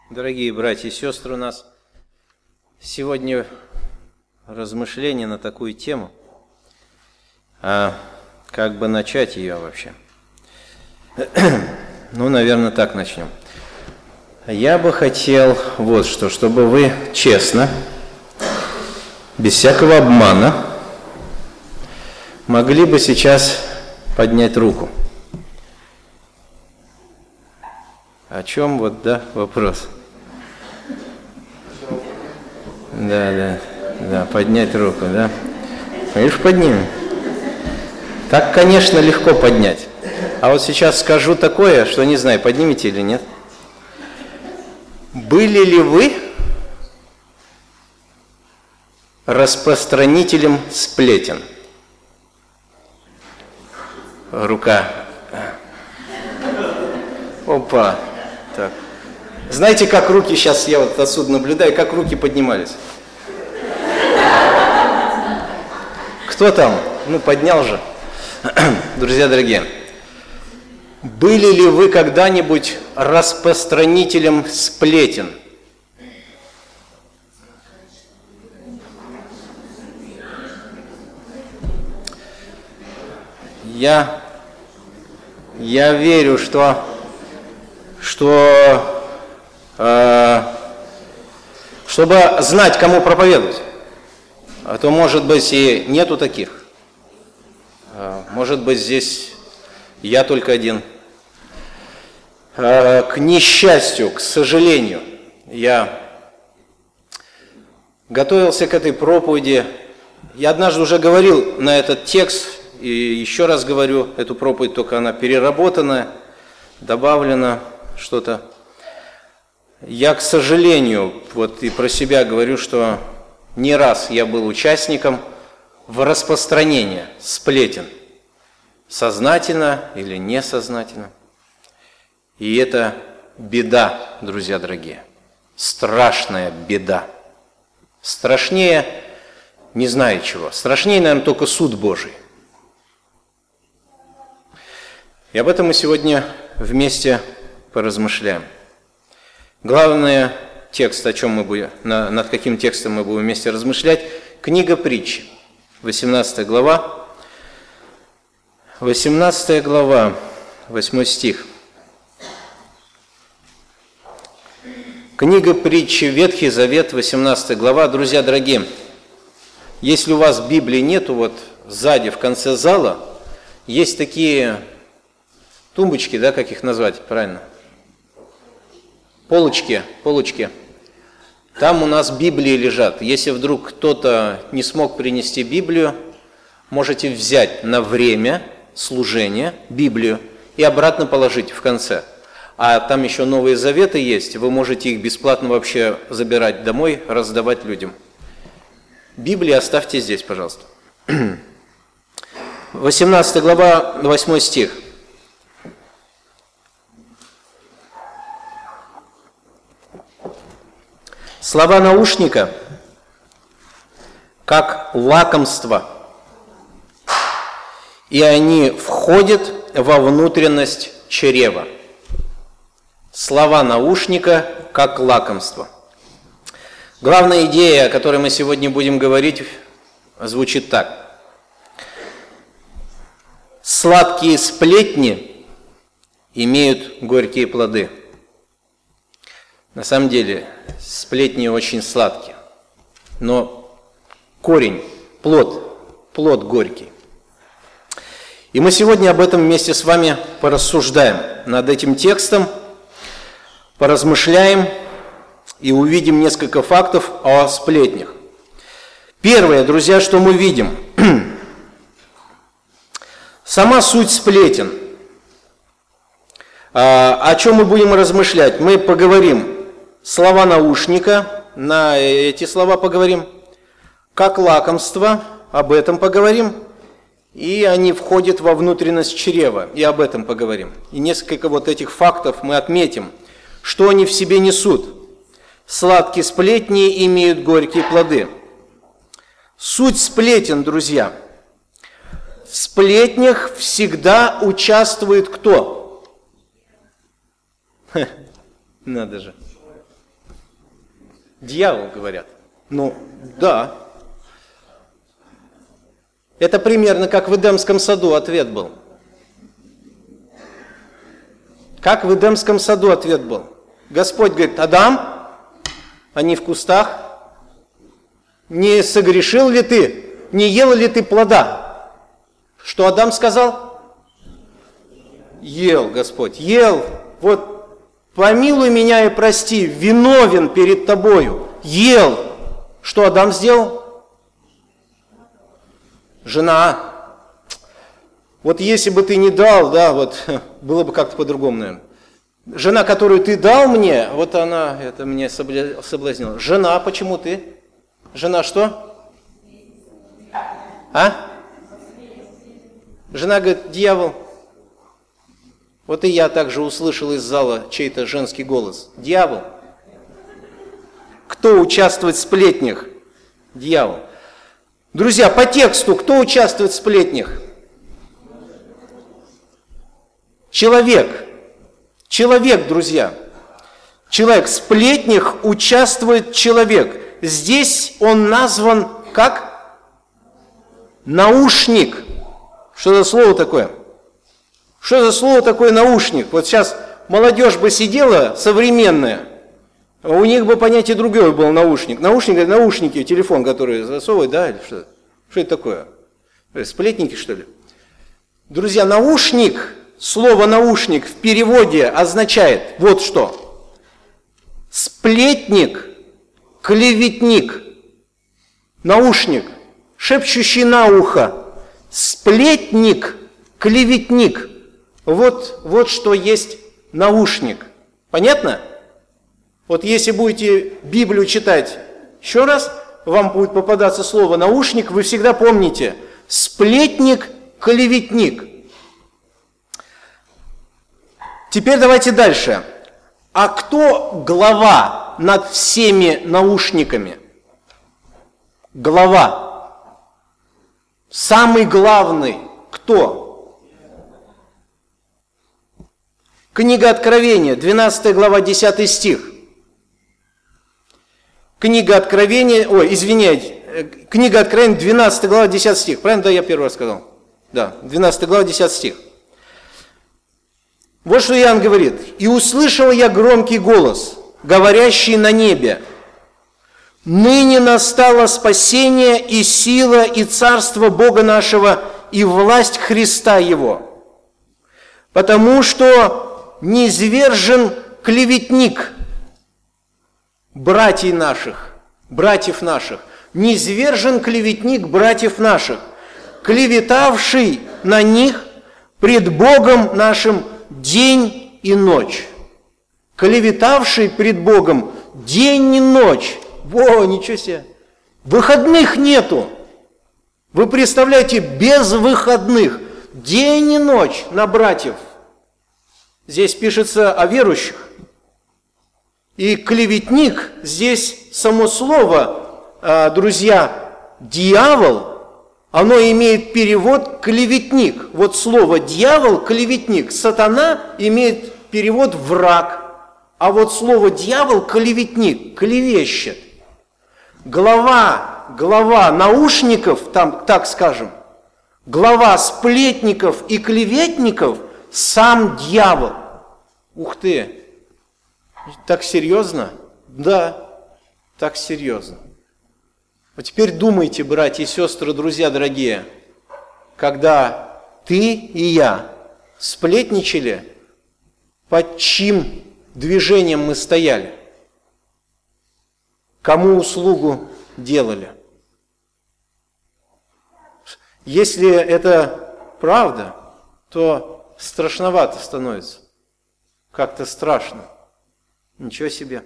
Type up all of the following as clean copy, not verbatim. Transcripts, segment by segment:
Дорогие братья и сестры, у нас сегодня размышления на такую тему. А как бы начать ее вообще? Наверное, так начнем. Я бы хотел вот что, чтобы вы честно, без всякого обмана, могли бы сейчас поднять руку. О чем вопрос? Да, поднять руку, да. Видишь, поднимем. Так, конечно, легко поднять. А вот сейчас скажу такое, что не знаю, поднимете или нет. Были ли вы распространителем сплетен? Рука. Опа. Так. Знаете, как руки сейчас, я вот отсюда наблюдаю, как руки поднимались? Кто там? Поднял же. Друзья дорогие, были ли вы когда-нибудь распространителем сплетен? Я верю, чтобы знать, кому проповедовать. А то, может быть, и нету таких. Может быть, здесь я только один. К несчастью, к сожалению, я готовился к этой проповеди. Я однажды уже говорил на этот текст, и еще раз говорю, эту проповедь, только она переработана, добавлено что-то. Я, к сожалению, вот и про себя говорю, что не раз я был участником в распространении сплетен, сознательно или несознательно. И это беда, друзья дорогие, страшная беда. Страшнее не знаю чего, страшнее, наверное, только суд Божий. И об этом мы сегодня вместе поразмышляем. Главный текст, о чем мы будем, над каким текстом мы будем вместе размышлять, книга Притчи, 18 глава, 8 стих. Книга Притчи, Ветхий Завет, 18 глава. Друзья дорогие, если у вас Библии нету, вот сзади, в конце зала, есть такие тумбочки, да, как их назвать правильно? Полочки. Там у нас Библии лежат. Если вдруг кто-то не смог принести Библию, можете взять на время служения Библию и обратно положить в конце. А там еще Новые Заветы есть, вы можете их бесплатно вообще забирать домой, раздавать людям. Библию оставьте здесь, пожалуйста. 18 глава, 8 стих. Слова наушника, как лакомство, и они входят во внутренность чрева. Слова наушника, как лакомство. Главная идея, о которой мы сегодня будем говорить, звучит так. Сладкие сплетни имеют горькие плоды. На самом деле, сплетни очень сладкие, но корень, плод горький. И мы сегодня об этом вместе с вами порассуждаем над этим текстом, поразмышляем и увидим несколько фактов о сплетнях. Первое, друзья, что мы видим. Сама суть сплетен. О чем мы будем размышлять? Мы поговорим слова наушника, на эти слова поговорим, как лакомство, об этом поговорим, и они входят во внутренность чрева, и об этом поговорим. И несколько вот этих фактов мы отметим, что они в себе несут. Сладкие сплетни имеют горькие плоды. Суть сплетен, друзья. В сплетнях всегда участвует кто? Надо же. Дьявол, говорят. Ну, да. Это примерно как в Эдемском саду ответ был. Как в Эдемском саду ответ был. Господь говорит: Адам, они в кустах, не согрешил ли ты, не ел ли ты плода? Что Адам сказал? Ел, Господь, ел. Вот помилуй меня и прости, виновен перед тобою. Ел. Что Адам сделал? Жена. Вот если бы ты не дал, да, вот было бы как-то по-другому, наверное. Жена, которую ты дал мне, вот она, это меня соблазнила. Жена, почему ты? Жена что? А? Жена говорит: дьявол. Вот и я также услышал из зала чей-то женский голос. Дьявол. Кто участвует в сплетнях? Дьявол. Друзья, по тексту, кто участвует в сплетнях? Человек. Человек, друзья. Человек. В сплетнях участвует человек. Здесь он назван как? Наушник. Что за слово такое? Что за слово такое наушник? Вот сейчас молодежь бы сидела современная, у них бы понятие другое было наушник. Наушник – это наушники, телефон, который засовывает, да, или что? Что это такое? Сплетники, что ли? Друзья, наушник, слово наушник в переводе означает вот что. Сплетник, клеветник, наушник, шепчущий на ухо, сплетник, клеветник. Вот что есть наушник. Понятно? Вот если будете Библию читать еще раз, вам будет попадаться слово наушник, вы всегда помните: сплетник, клеветник. Теперь давайте дальше. А кто глава над всеми наушниками? Глава. Самый главный. Кто? Книга Откровения, 12 глава, 10 стих. Книга Откровения, Книга Откровения, 12 глава, 10 стих. Правильно? Да, я первый раз сказал. Да, 12 глава, 10 стих. Вот что Иоанн говорит. «И услышал я громкий голос, говорящий на небе: ныне настало спасение и сила, и царство Бога нашего, и власть Христа Его. Потому что низвержен клеветник братьев наших, низвержен клеветник братьев наших, клеветавший на них пред Богом нашим день и ночь». Клеветавший пред Богом день и ночь. Во, ничего себе. Выходных нету. Вы представляете, без выходных. День и ночь на братьев. Здесь пишется о верующих. И клеветник, здесь само слово, друзья, дьявол, оно имеет перевод клеветник. Вот слово дьявол, клеветник. Сатана имеет перевод враг. А вот слово дьявол, клеветник, клевещет. Глава наушников, там, так скажем, глава сплетников и клеветников – сам дьявол. Ух ты! Так серьезно? Да, так серьезно. А теперь думайте, братья и сестры, друзья дорогие, когда ты и я сплетничали, под чьим движением мы стояли? Кому услугу делали? Если это правда, то страшновато становится. Как-то страшно. Ничего себе.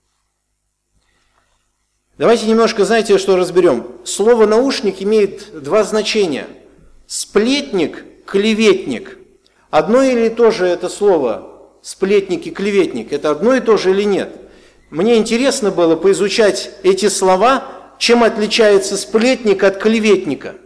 Давайте немножко, знаете, что разберем. Слово «наушник» имеет два значения. Сплетник, клеветник. Одно или то же это слово сплетник и клеветник? Это одно и то же или нет? Мне интересно было поизучать эти слова, чем отличается сплетник от клеветника.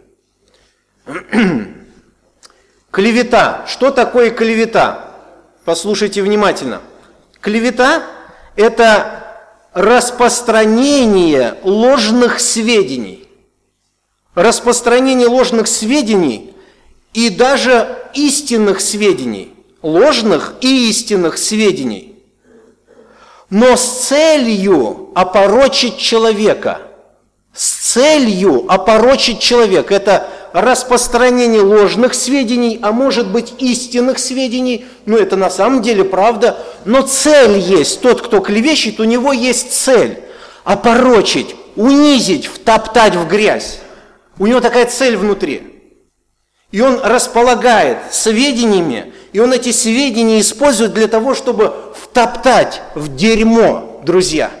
Клевета. Что такое клевета? Послушайте внимательно. Клевета – это распространение ложных сведений. Распространение ложных сведений и даже истинных сведений. Ложных и истинных сведений. Но с целью опорочить человека. С целью опорочить человека. Это распространение ложных сведений, а может быть истинных сведений. Ну, это на самом деле правда. Но цель есть. Тот, кто клевещет, у него есть цель. Опорочить, унизить, втоптать в грязь. У него такая цель внутри. И он располагает сведениями, и он эти сведения использует для того, чтобы втоптать в дерьмо, друзья.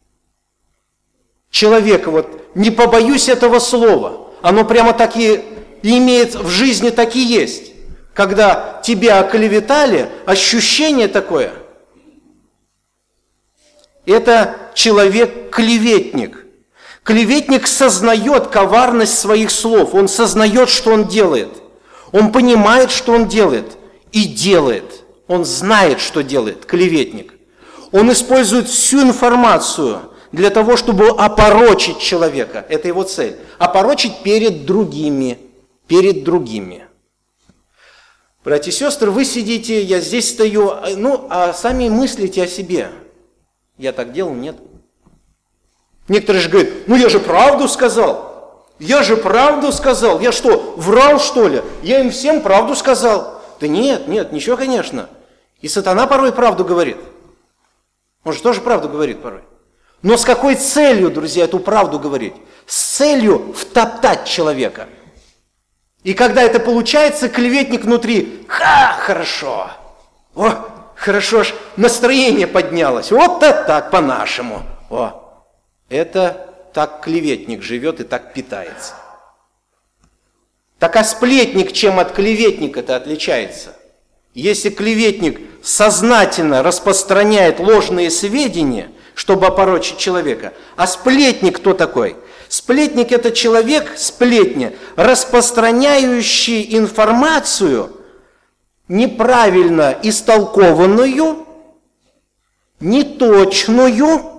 Человека, вот не побоюсь этого слова, оно прямо так и имеет в жизни, так и есть. Когда тебя оклеветали, ощущение такое. Это человек-клеветник. Клеветник сознает коварность своих слов, он сознает, что он делает. Он понимает, что он делает, и делает. Он знает, что делает, клеветник. Он использует всю информацию для того, чтобы опорочить человека. Это его цель. Опорочить перед другими. Перед другими. Братья и сестры, вы сидите, я здесь стою, а сами мыслите о себе. Я так делал? Нет. Некоторые же говорят, я же правду сказал. Я же правду сказал. Я что, врал, что ли? Я им всем правду сказал. Да нет, ничего, конечно. И сатана порой правду говорит. Он же тоже правду говорит порой. Но с какой целью, друзья, эту правду говорить? С целью втоптать человека. И когда это получается, клеветник внутри, хорошо. Хорошо ж, настроение поднялось. Вот так, по-нашему. Это так клеветник живет и так питается. Так а сплетник чем от клеветника-то отличается? Если клеветник сознательно распространяет ложные сведения, чтобы опорочить человека, а сплетник кто такой? Сплетник – это человек, сплетня, распространяющий информацию, неправильно истолкованную, неточную,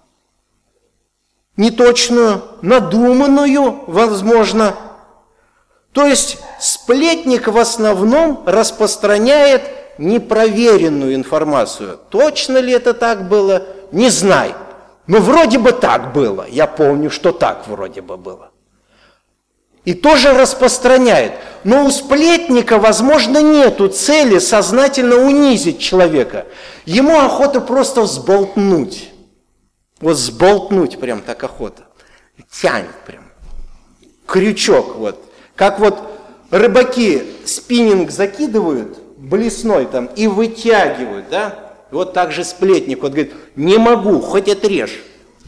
надуманную, возможно. То есть сплетник в основном распространяет непроверенную информацию. Точно ли это так было? Не знаю. Но вроде бы так было. Я помню, что так вроде бы было. И тоже распространяет. Но у сплетника, возможно, нету цели сознательно унизить человека. Ему охота просто взболтнуть. Вот сболтнуть прям так охота. Тянет прям. Крючок вот. Как вот рыбаки спиннинг закидывают, блесной там, и вытягивают, да? Вот так же сплетник, вот говорит, не могу, хоть отрежь.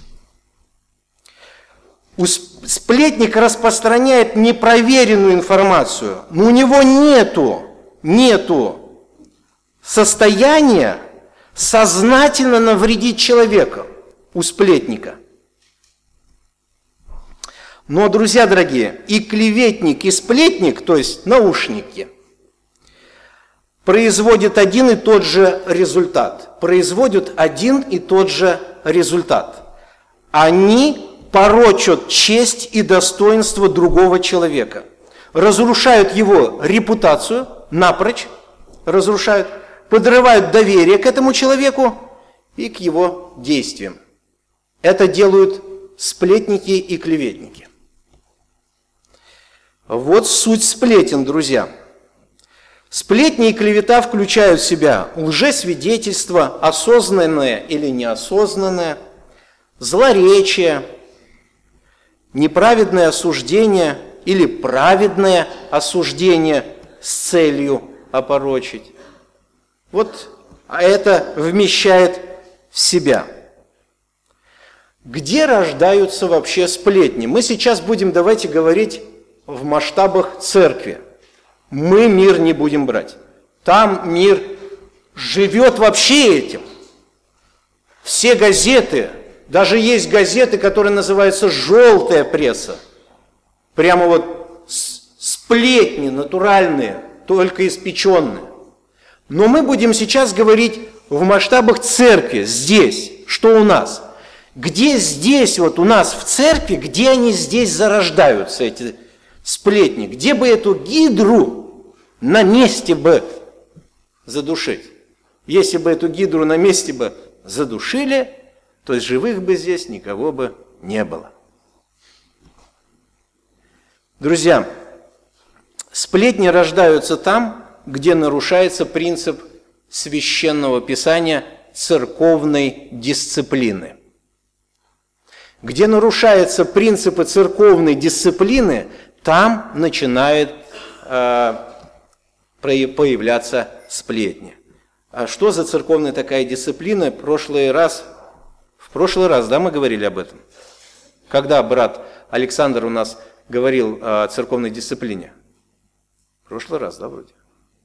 Сплетник распространяет непроверенную информацию, но у него нету состояния сознательно навредить человеку, у сплетника. Но, друзья дорогие, и клеветник, и сплетник, то есть наушники, производят один и тот же результат. Они порочат честь и достоинство другого человека. Разрушают его репутацию, напрочь разрушают, подрывают доверие к этому человеку и к его действиям. Это делают сплетники и клеветники. Вот суть сплетен, друзья. Сплетни и клевета включают в себя лжесвидетельство, осознанное или неосознанное, злоречие, неправедное осуждение или праведное осуждение с целью опорочить. Вот это вмещает в себя. Где рождаются вообще сплетни? Мы сейчас будем, давайте говорить в масштабах церкви. Мы мир не будем брать. Там мир живет вообще этим. Все газеты, даже есть газеты, которые называются «желтая пресса». Прямо вот сплетни натуральные, только испеченные. Но мы будем сейчас говорить в масштабах церкви, здесь. Что у нас? Где здесь вот у нас в церкви, где они здесь зарождаются, эти сплетни? Где бы эту гидру на месте бы задушить? Если бы эту гидру на месте бы задушили, то есть живых бы здесь никого бы не было. Друзья, сплетни рождаются там, где нарушается принцип священного писания церковной дисциплины. Где нарушаются принципы церковной дисциплины, там начинают появляться сплетни. А что за церковная такая дисциплина? В прошлый раз, да, мы говорили об этом. Когда брат Александр у нас говорил о церковной дисциплине? В прошлый раз, да, вроде?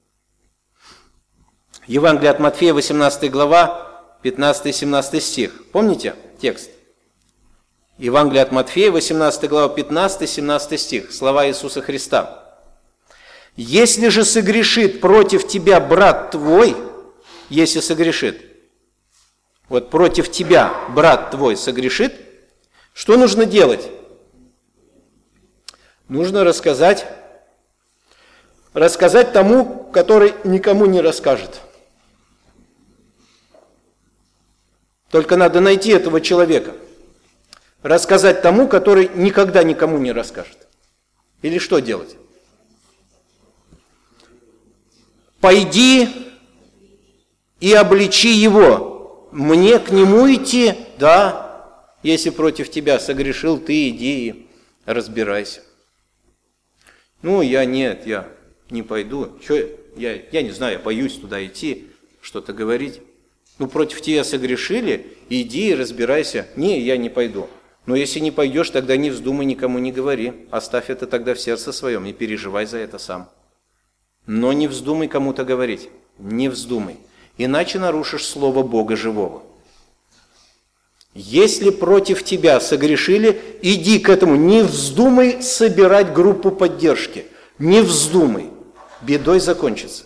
Евангелие от Матфея, 18 глава, 15-17 стих. Помните текст? Евангелие от Матфея, 18 глава, 15-17 стих. Слова Иисуса Христа. «Если же согрешит против тебя брат твой, если согрешит, вот против тебя брат твой согрешит, что нужно делать? Нужно рассказать тому, который никому не расскажет. Только надо найти этого человека. Рассказать тому, который никогда никому не расскажет. Или что делать? Пойди и обличи его. Мне к нему идти? Да. Если против тебя согрешил, ты иди и разбирайся. Ну, я не пойду. Я не знаю, я боюсь туда идти, что-то говорить. Ну, против тебя согрешили, иди и разбирайся. Не, я не пойду. Но если не пойдешь, тогда не вздумай, никому не говори. Оставь это тогда в сердце своем и переживай за это сам. Но не вздумай кому-то говорить. Не вздумай. Иначе нарушишь слово Бога живого. Если против тебя согрешили, иди к этому. Не вздумай собирать группу поддержки. Не вздумай. Бедой закончится.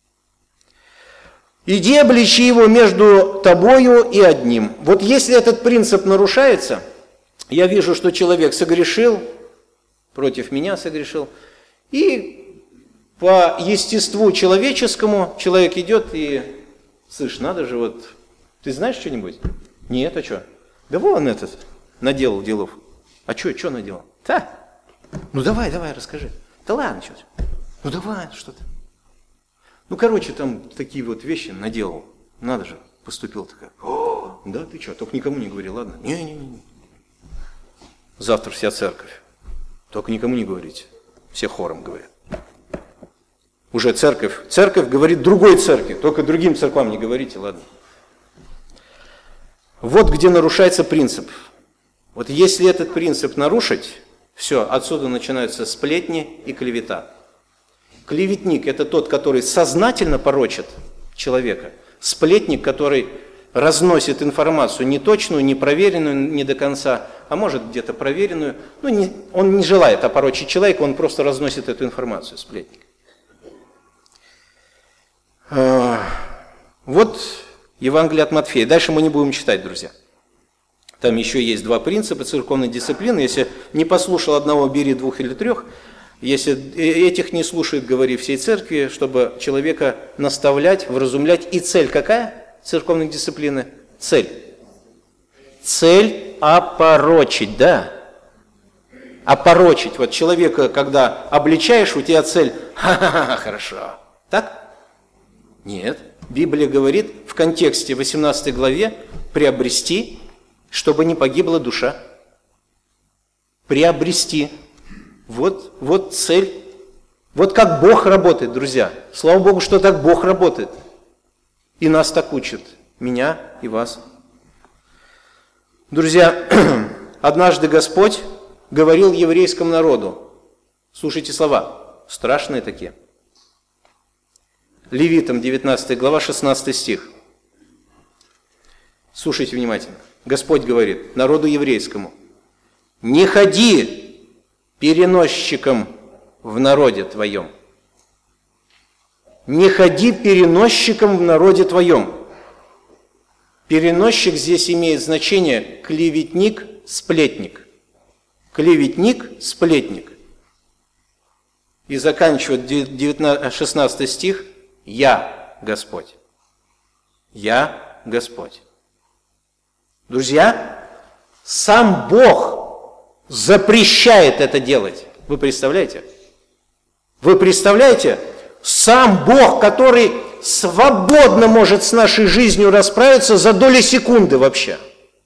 Иди обличи его между тобою и одним. Вот если этот принцип нарушается, я вижу, что человек согрешил, против меня согрешил, и по естеству человеческому человек идет и, слышь, надо же вот, ты знаешь что-нибудь? Нет, а что? Да вон этот наделал делов. А что наделал? Да, ну давай, расскажи. Да ладно, что-то. Ну давай, что-то. Ну, короче, там такие вот вещи наделал. Надо же, поступил такая. О, да, ты что, только никому не говори, ладно? Не. Завтра вся церковь. Только никому не говорите. Все хором говорят. Уже церковь говорит другой церкви, только другим церквам не говорите, ладно? Вот где нарушается принцип. Вот если этот принцип нарушить, все, отсюда начинаются сплетни и клевета. Клеветник – это тот, который сознательно порочит человека. Сплетник, который разносит информацию неточную, непроверенную, не до конца, а может где-то проверенную. Он не желает опорочить человека, он просто разносит эту информацию, сплетник. Вот Евангелие от Матфея. Дальше мы не будем читать, друзья. Там еще есть два принципа церковной дисциплины. Если не послушал одного, бери двух или трех. Если этих не слушает, говори всей церкви, чтобы человека наставлять, вразумлять. И цель какая церковной дисциплины? Цель опорочить, да. Опорочить. Вот человека, когда обличаешь, у тебя цель, хорошо. Так? Нет. Библия говорит в контексте 18 главе приобрести, чтобы не погибла душа. Приобрести. Вот цель. Вот как Бог работает, друзья. Слава Богу, что так Бог работает. И нас так учит. Меня и вас. Друзья, однажды Господь говорил еврейскому народу. Слушайте слова. Страшные такие. Левитам 19 глава 16 стих. Слушайте внимательно. Господь говорит народу еврейскому. Не ходи переносчиком в народе твоем. Не ходи переносчиком в народе твоем. Переносчик здесь имеет значение клеветник, сплетник. Клеветник, сплетник. И заканчивает 16 стих: «Я Господь». «Я Господь». Друзья, сам Бог запрещает это делать. Вы представляете? Вы представляете? Сам Бог, который свободно может с нашей жизнью расправиться за доли секунды вообще.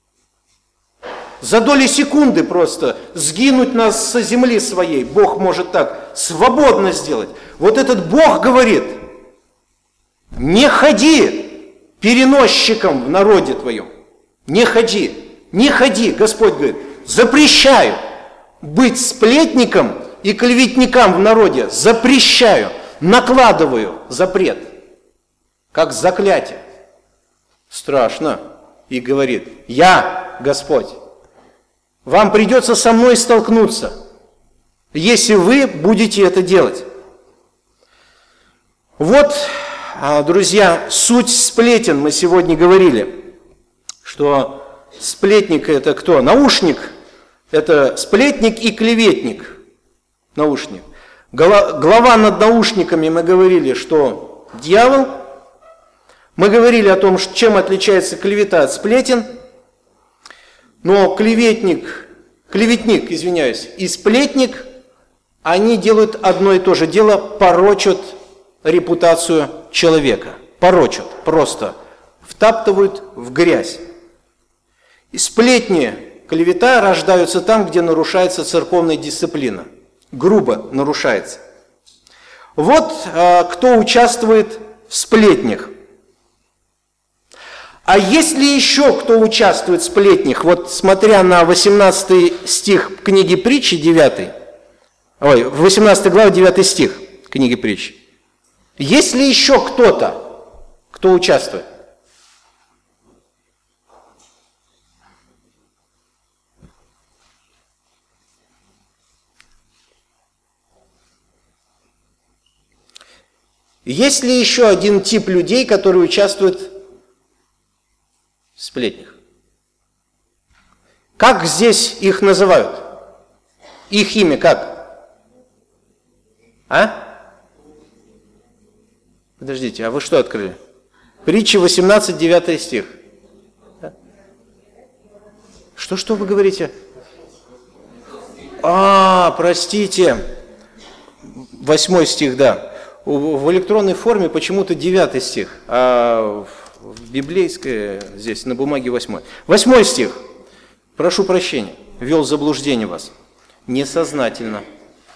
За доли секунды просто сгинуть нас со земли своей. Бог может так свободно сделать. Вот этот Бог говорит: не ходи переносчиком в народе твоем. Не ходи, не ходи. Господь говорит: запрещаю быть сплетником и клеветникам в народе. Запрещаю, накладываю запрет, как заклятие. Страшно. И говорит: я Господь. Вам придется со мной столкнуться, если вы будете это делать. Вот, друзья, суть сплетен. Мы сегодня говорили, что сплетник – это кто? Наушник – это сплетник и клеветник. Наушник. Глава над наушниками мы говорили, что дьявол. Мы говорили о том, чем отличается клевета от сплетен. Но клеветник, и сплетник, они делают одно и то же дело, порочат репутацию человека. Порочат, просто втаптывают в грязь. И сплетни, клевета рождаются там, где нарушается церковная дисциплина. Грубо нарушается. Вот кто участвует в сплетнях. А есть ли еще кто участвует в сплетнях? Вот смотря на 18 стих книги Притчи, 18 глава, 9 стих книги Притчи. Есть ли еще кто-то, кто участвует? Есть ли еще один тип людей, которые участвуют в сплетнях? Как здесь их называют? Их имя как? Подождите, а вы что открыли? Притча 18, 9 стих. Что вы говорите? Простите. 8 стих, да. В электронной форме почему-то 9 стих, а в библейской здесь на бумаге 8. 8 стих. Прошу прощения, ввел в заблуждение вас. Несознательно.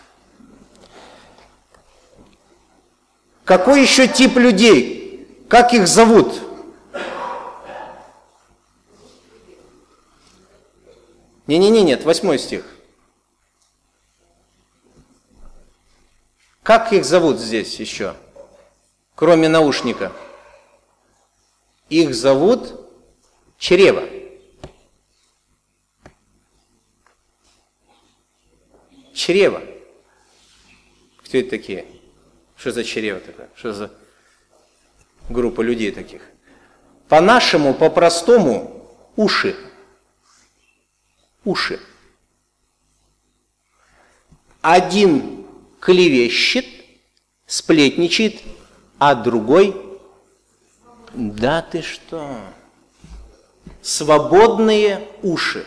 Какой еще тип людей? Как их зовут? Нет, 8 стих. Как их зовут здесь еще, кроме наушника? Их зовут чрево. Чрево. Кто это такие? Что за чрево такое? Что за группа людей таких? По-нашему, по-простому, уши. Уши. Один клевещет, сплетничает, а другой... Да ты что? Свободные уши.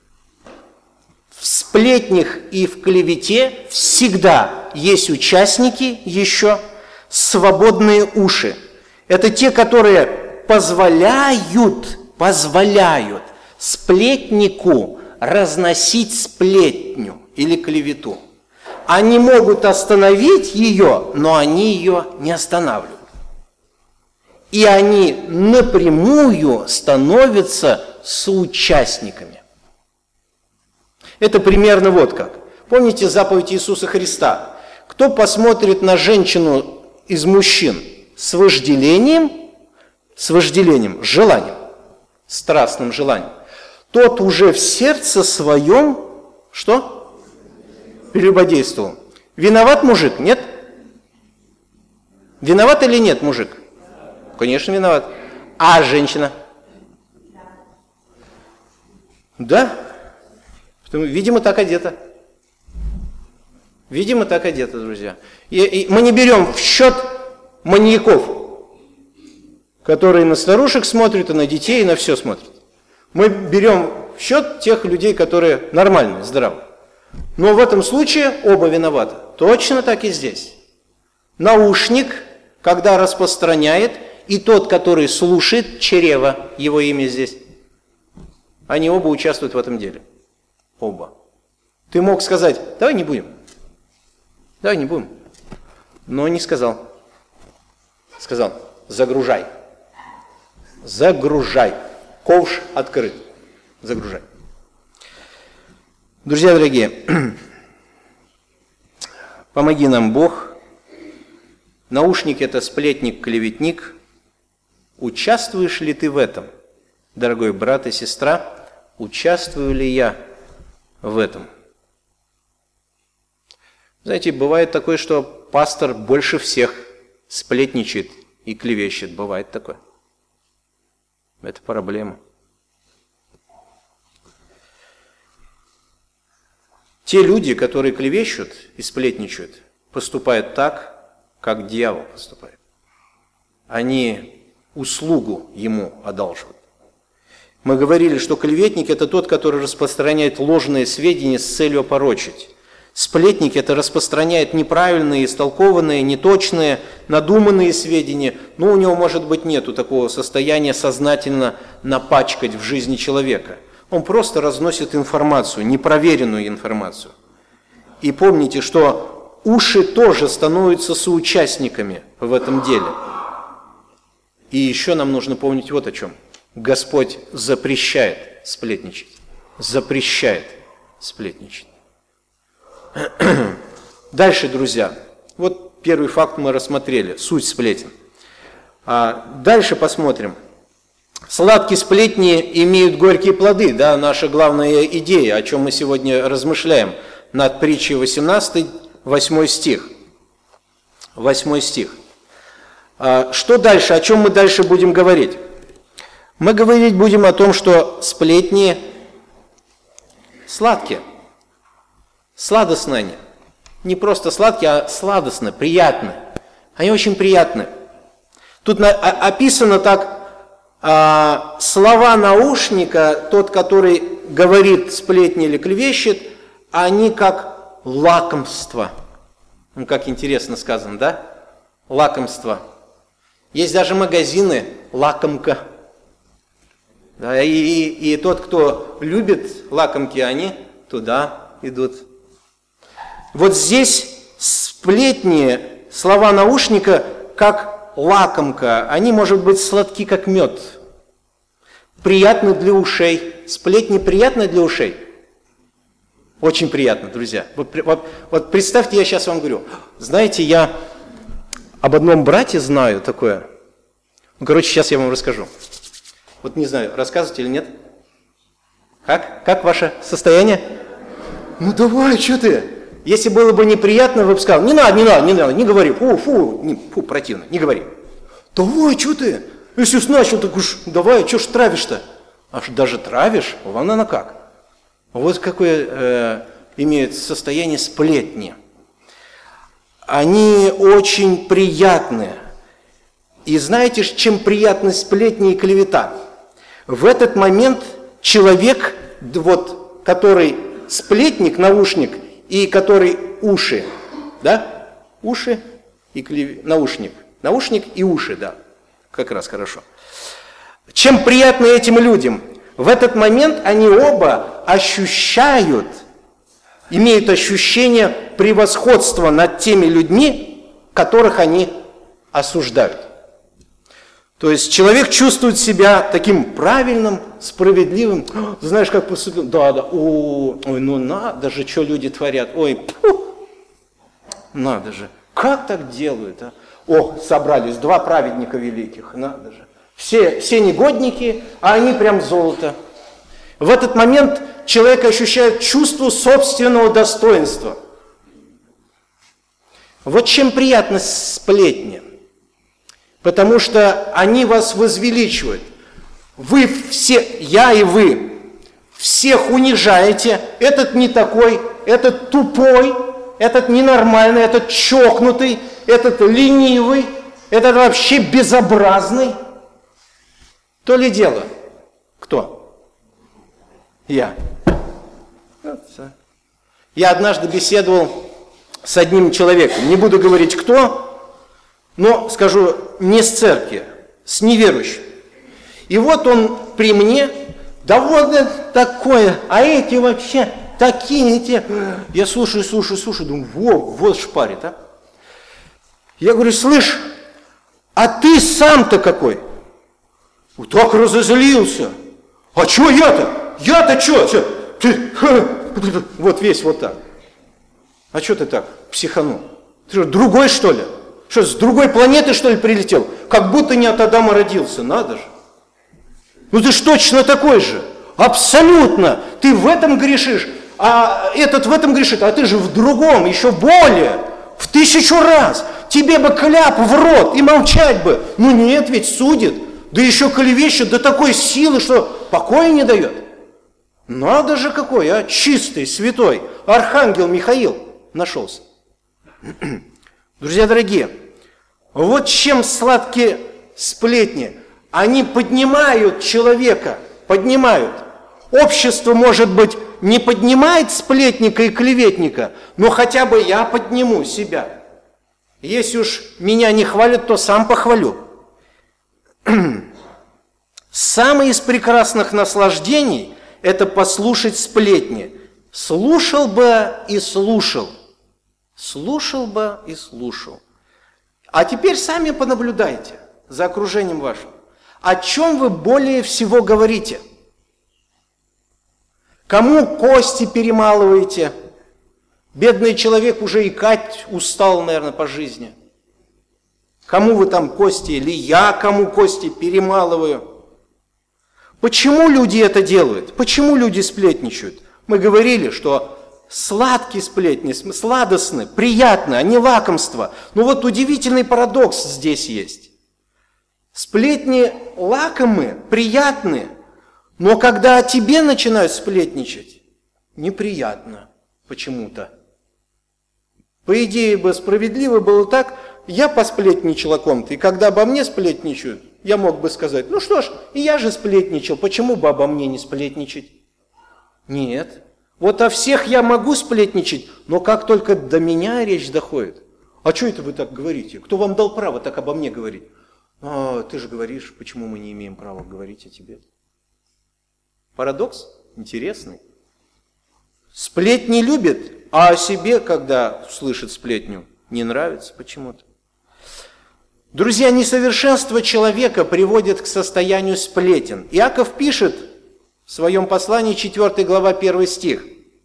В сплетнях и в клевете всегда есть участники еще свободные уши. Это те, которые позволяют сплетнику разносить сплетню или клевету. Они могут остановить ее, но они ее не останавливают. И они напрямую становятся соучастниками. Это примерно вот как. Помните заповедь Иисуса Христа? Кто посмотрит на женщину из мужчин с вожделением, желанием, страстным желанием, тот уже в сердце своем, что? Прелюбодействовал. Виноват мужик? Нет? Виноват или нет мужик? Конечно, виноват. А женщина? Да. Видимо, так одето. Видимо, так одето, друзья. И мы не берем в счет маньяков, которые на старушек смотрят, и на детей, и на все смотрят. Мы берем в счет тех людей, которые нормальные, здравые. Но в этом случае оба виноваты. Точно так и здесь. Наушник, когда распространяет, и тот, который слушает, чрево, его имя здесь, они оба участвуют в этом деле. Оба. Ты мог сказать, давай не будем. Давай не будем. Но не сказал. Сказал, загружай. Загружай. Ковш открыт. Загружай. Друзья дорогие, помоги нам Бог. Наушник – это сплетник, клеветник. Участвуешь ли ты в этом, дорогой брат и сестра? Участвую ли я в этом? Знаете, бывает такое, что пастор больше всех сплетничает и клевещет. Бывает такое. Это проблема. Те люди, которые клевещут и сплетничают, поступают так, как дьявол поступает. Они услугу ему одалживают. Мы говорили, что клеветник – это тот, который распространяет ложные сведения с целью опорочить. Сплетник – это распространяет неправильные, истолкованные, неточные, надуманные сведения. Но у него, может быть, нету такого состояния сознательно напачкать в жизни человека. Он просто разносит информацию, непроверенную информацию. И помните, что уши тоже становятся соучастниками в этом деле. И еще нам нужно помнить вот о чем. Господь запрещает сплетничать. Запрещает сплетничать. Дальше, друзья. Вот первый факт мы рассмотрели. Суть сплетен. Дальше посмотрим. Сладкие сплетни имеют горькие плоды. Да, наша главная идея, о чем мы сегодня размышляем. Над притчей 18, 8 стих. 8 стих. Что дальше? О чем мы дальше будем говорить? Мы говорить будем о том, что сплетни сладкие. Сладостные они. Не просто сладкие, а сладостные, приятные. Они очень приятные. Тут описано так, слова наушника, тот, который говорит сплетни или клевещет, они как лакомство. Ну, как интересно сказано, да? Лакомство. Есть даже магазины лакомка. Да, и тот, кто любит лакомки, они туда идут. Вот здесь сплетни, слова наушника, как лакомка. Они, может быть, сладки, как мед. Приятны для ушей. Сплетни приятны для ушей? Очень приятно, друзья. Вот представьте, я сейчас вам говорю. Знаете, я об одном брате знаю такое. Ну, короче, сейчас я вам расскажу. Вот не знаю, рассказывать или нет? Как ваше состояние? Ну давай, что ты? Если было бы неприятно, вы бы сказали, не надо, не говори, фу, противно, не говори. Давай, что ты? Если начал, так уж давай, что ж травишь-то? Аж даже травишь? Вон она как. Вот какое имеют состояние сплетни. Они очень приятные. И знаете, чем приятны сплетни и клевета? В этот момент человек, вот, который сплетник, наушник, и который уши, да? Уши и наушник. Наушник и уши, да. Как раз хорошо. Чем приятно этим людям? В этот момент они оба ощущают, имеют ощущение превосходства над теми людьми, которых они осуждают. То есть человек чувствует себя таким правильным, справедливым. Знаешь, как поступил? Да, ой, ну надо же, что люди творят. Ой, надо же, как так делают, а? О, собрались два праведника великих, надо же. Все негодники, а они прям золото. В этот момент человек ощущает чувство собственного достоинства. Вот чем приятна сплетня. Потому что они вас возвеличивают. Вы все, я и вы, всех унижаете, этот не такой, этот тупой, этот ненормальный, этот чокнутый, этот ленивый, этот вообще безобразный. То ли дело? Кто? Я. Я однажды беседовал с одним человеком, не буду говорить кто, но скажу, не с церкви, с неверующим. И вот он при мне, да вот это такое, а эти вообще такие, эти. Я слушаю, думаю, вот шпарит, а. Я говорю, слышь, а ты сам-то какой? Вот так разозлился. А что я-то? Я-то что? Ты вот весь вот так. А что ты так психанул? Ты что, другой, что ли? Что, с другой планеты, что ли, прилетел? Как будто не от Адама родился, надо же. Ну ты ж точно такой же. Абсолютно. Ты в этом грешишь, а этот в этом грешит, а ты же в другом, еще более, в 1000 раз. Тебе бы кляп в рот и молчать бы. Ну нет, ведь судит. Да еще клевещет до такой силы, что покоя не дает. Надо же какой, а? Чистый, святой. Архангел Михаил нашелся. Друзья дорогие, вот чем сладкие сплетни. Они поднимают человека, поднимают. Общество, может быть, не поднимает сплетника и клеветника, но хотя бы я подниму себя. Если уж меня не хвалят, то сам похвалю. Самое из прекрасных наслаждений – это послушать сплетни. Слушал бы и слушал. Слушал бы и слушал. А теперь сами понаблюдайте за окружением вашим. О чем вы более всего говорите? Кому кости перемалываете? Бедный человек уже икать устал, наверное, по жизни. Кому вы там кости, или я кому кости перемалываю? Почему люди это делают? Почему люди сплетничают? Мы говорили, что сладкие сплетни, сладостны, приятны, они лакомства. Но вот удивительный парадокс здесь есть. Сплетни лакомы, приятны, но когда о тебе начинают сплетничать, неприятно почему-то. По идее бы справедливо было так, я посплетничал о ком-то, и когда обо мне сплетничают, я мог бы сказать, ну что ж, и я же сплетничал, почему бы обо мне не сплетничать? Нет. Вот о всех я могу сплетничать, но как только до меня речь доходит, а что это вы так говорите? Кто вам дал право так обо мне говорить? А, ты же говоришь, почему мы не имеем права говорить о тебе? Парадокс интересный. Сплетни любит, а о себе, когда слышит сплетню, не нравится почему-то. Друзья, несовершенство человека приводит к состоянию сплетен. Иаков пишет в своем послании, 4 глава, 1 стих.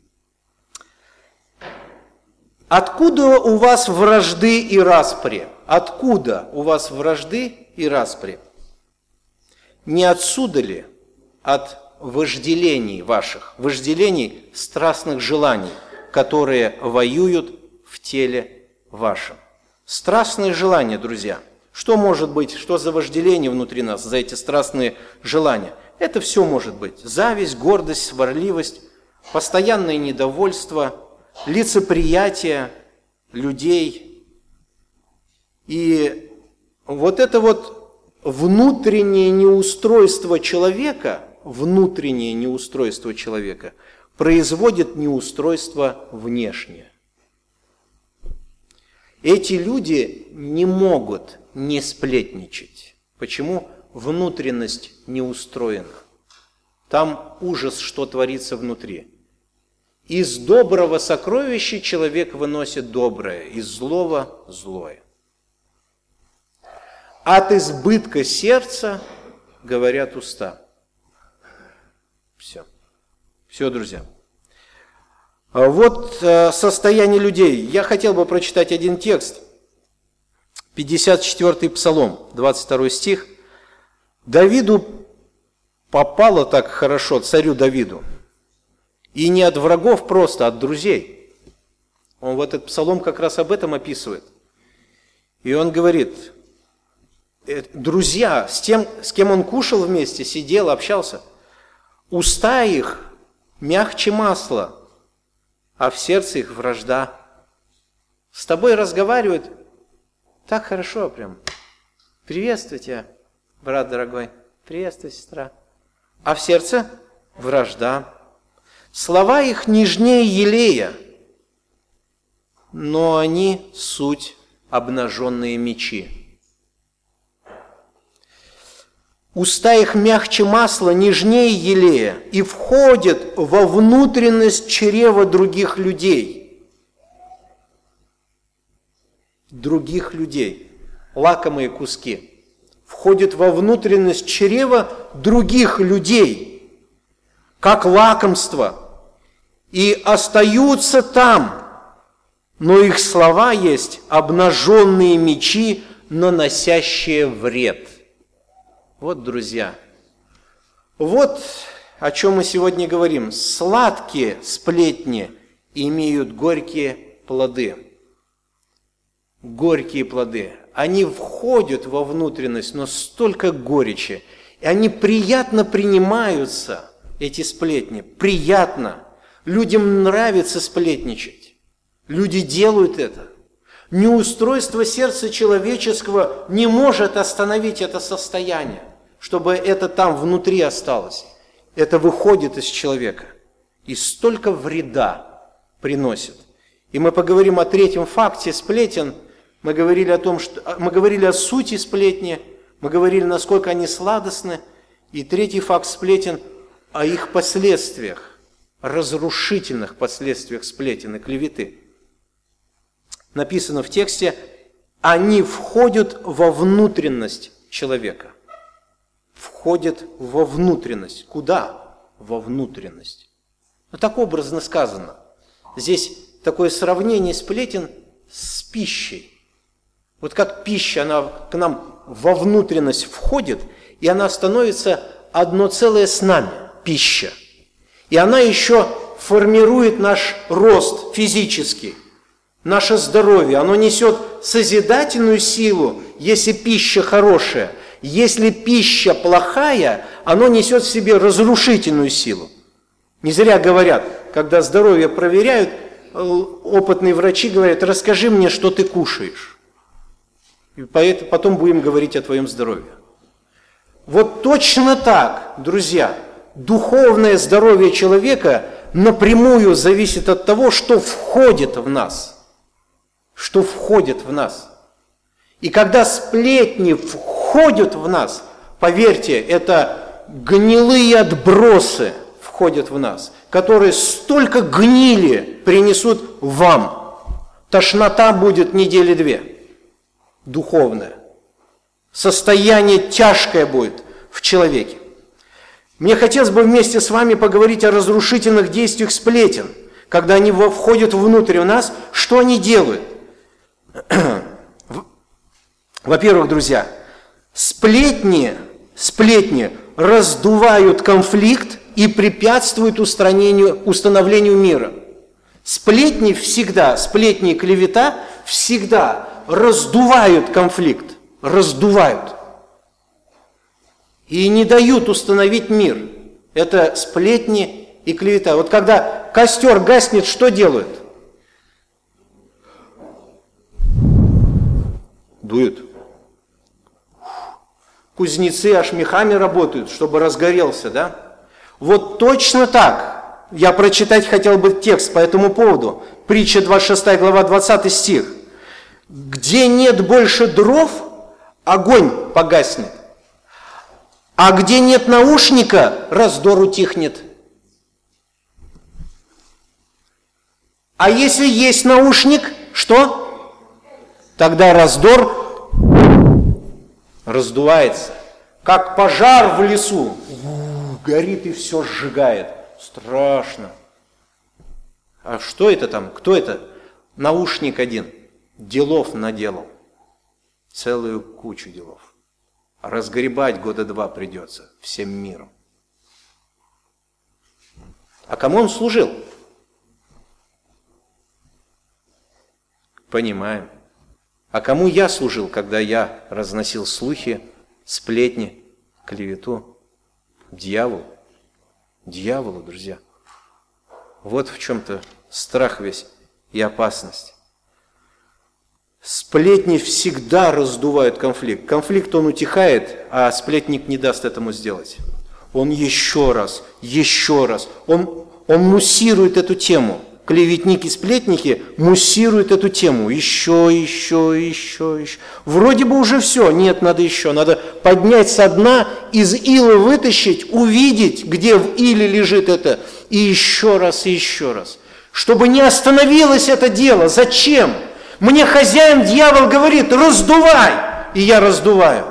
«Откуда у вас вражды и распри?» Откуда у вас вражды и распри? Не отсюда ли от вожделений ваших, вожделений страстных желаний, которые воюют в теле вашем? Страстные желания, друзья. Что может быть, что за вожделение внутри нас, за эти страстные желания? Это все может быть. Зависть, гордость, сварливость, постоянное недовольство, лицеприятие людей. И вот это вот внутреннее неустройство человека производит неустройство внешнее. Эти люди не могут не сплетничать. Почему? Внутренность не устроена. Там ужас, что творится внутри. Из доброго сокровища человек выносит доброе, из злого – злое. От избытка сердца говорят уста. Все. Все, друзья. Вот состояние людей. Я хотел бы прочитать один текст. 54-й Псалом, 22 стих. Давиду попало так хорошо, царю Давиду. И не от врагов просто, а от друзей. Он в этот Псалом как раз об этом описывает. И он говорит, друзья, с тем, с кем он кушал вместе, сидел, общался, уста их мягче масла, а в сердце их вражда. С тобой разговаривают так хорошо прям. Приветствую тебя, брат дорогой. Приветствую, сестра. А в сердце вражда. Слова их нежнее елея, но они суть обнаженные мечи. Уста их мягче масла, нежнее елея, и входят во внутренность чрева других людей. Других людей. Лакомые куски. Входят во внутренность чрева других людей, как лакомство, и остаются там, но их слова есть обнаженные мечи, наносящие вред. Вот, друзья, вот о чем мы сегодня говорим. Сладкие сплетни имеют горькие плоды. Горькие плоды. Они входят во внутренность, но столько горечи. И они приятно принимаются, эти сплетни. Приятно. Людям нравится сплетничать. Люди делают это. Неустройство сердца человеческого не может остановить это состояние, чтобы это там внутри осталось. Это выходит из человека. И столько вреда приносит. И мы поговорим о третьем факте сплетен. Мы говорили о сути сплетни, мы говорили, насколько они сладостны. И третий факт сплетен о их последствиях, разрушительных последствиях сплетен и клеветы. Написано в тексте, они входят во внутренность человека. Входят во внутренность. Куда? Во внутренность. Ну, так образно сказано. Здесь такое сравнение сплетен с пищей. Вот как пища, она к нам во внутренность входит, и она становится одно целое с нами, пища. И она еще формирует наш рост физический. Наше здоровье, оно несет созидательную силу, если пища хорошая. Если пища плохая, оно несет в себе разрушительную силу. Не зря говорят, когда здоровье проверяют, опытные врачи говорят, расскажи мне, что ты кушаешь. И потом будем говорить о твоем здоровье. Вот точно так, друзья, духовное здоровье человека напрямую зависит от того, что входит в нас. Что входит в нас. И когда сплетни входят в нас, поверьте, это гнилые отбросы входят в нас, которые столько гнили принесут вам. Тошнота будет недели 2, духовная. Состояние тяжкое будет в человеке. Мне хотелось бы вместе с вами поговорить о разрушительных действиях сплетен, когда они входят внутрь нас, что они делают. Во-первых, друзья, сплетни раздувают конфликт и препятствуют установлению мира. Сплетни и клевета всегда раздувают конфликт, раздувают. И не дают установить мир. Это сплетни и клевета. Вот когда костер гаснет, что делают? Дуют. Кузнецы аж мехами работают, чтобы разгорелся, да? Вот точно так. Я прочитать хотел бы текст по этому поводу. Притча 26 глава 20 стих. Где нет больше дров, огонь погаснет. А где нет наушника, раздор утихнет. А если есть наушник, что? Тогда раздор раздувается. Как пожар в лесу. Горит и все сжигает. Страшно. А что это там? Кто это? Наушник один. Делов наделал. Целую кучу делов. Разгребать 2 года придется всем миром. А кому он служил? Понимаем. А кому я служил, когда я разносил слухи, сплетни, клевету? Дьяволу. Дьяволу, друзья. Вот в чем-то страх весь и опасность. Сплетни всегда раздувают конфликт. Конфликт, он утихает, а сплетник не даст этому сделать. Он еще раз, он муссирует эту тему. Клеветники, сплетники муссируют эту тему. Еще. Вроде бы уже все. Нет, надо еще. Надо поднять со дна, из илы вытащить, увидеть, где в иле лежит это. И еще раз. Чтобы не остановилось это дело. Зачем? Мне хозяин, дьявол, говорит, раздувай. И я раздуваю.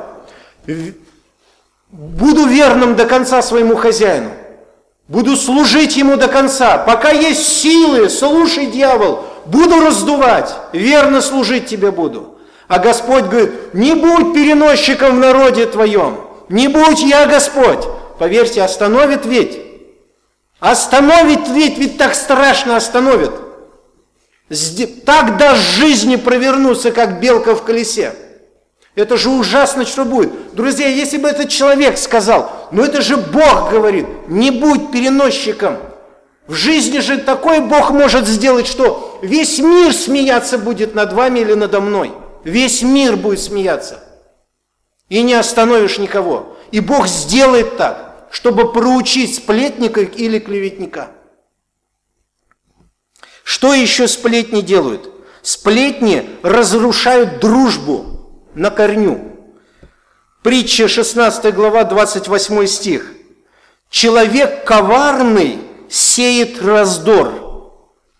Буду верным до конца своему хозяину. Буду служить ему до конца. Пока есть силы, слушай, дьявол, буду раздувать, верно служить тебе буду. А Господь говорит, не будь переносчиком в народе твоем, не будь я Господь. Поверьте, остановит ведь. Остановит ведь так страшно остановит. Так даст жизни провернуться, как белка в колесе. Это же ужасно, что будет. Друзья, если бы этот человек сказал, это же Бог говорит, не будь переносчиком. В жизни же такой Бог может сделать, что весь мир смеяться будет над вами или надо мной. Весь мир будет смеяться. И не остановишь никого. И Бог сделает так, чтобы проучить сплетника или клеветника. Что еще сплетни делают? Сплетни разрушают дружбу на корню. Притча 16 глава, 28 стих. Человек коварный сеет раздор,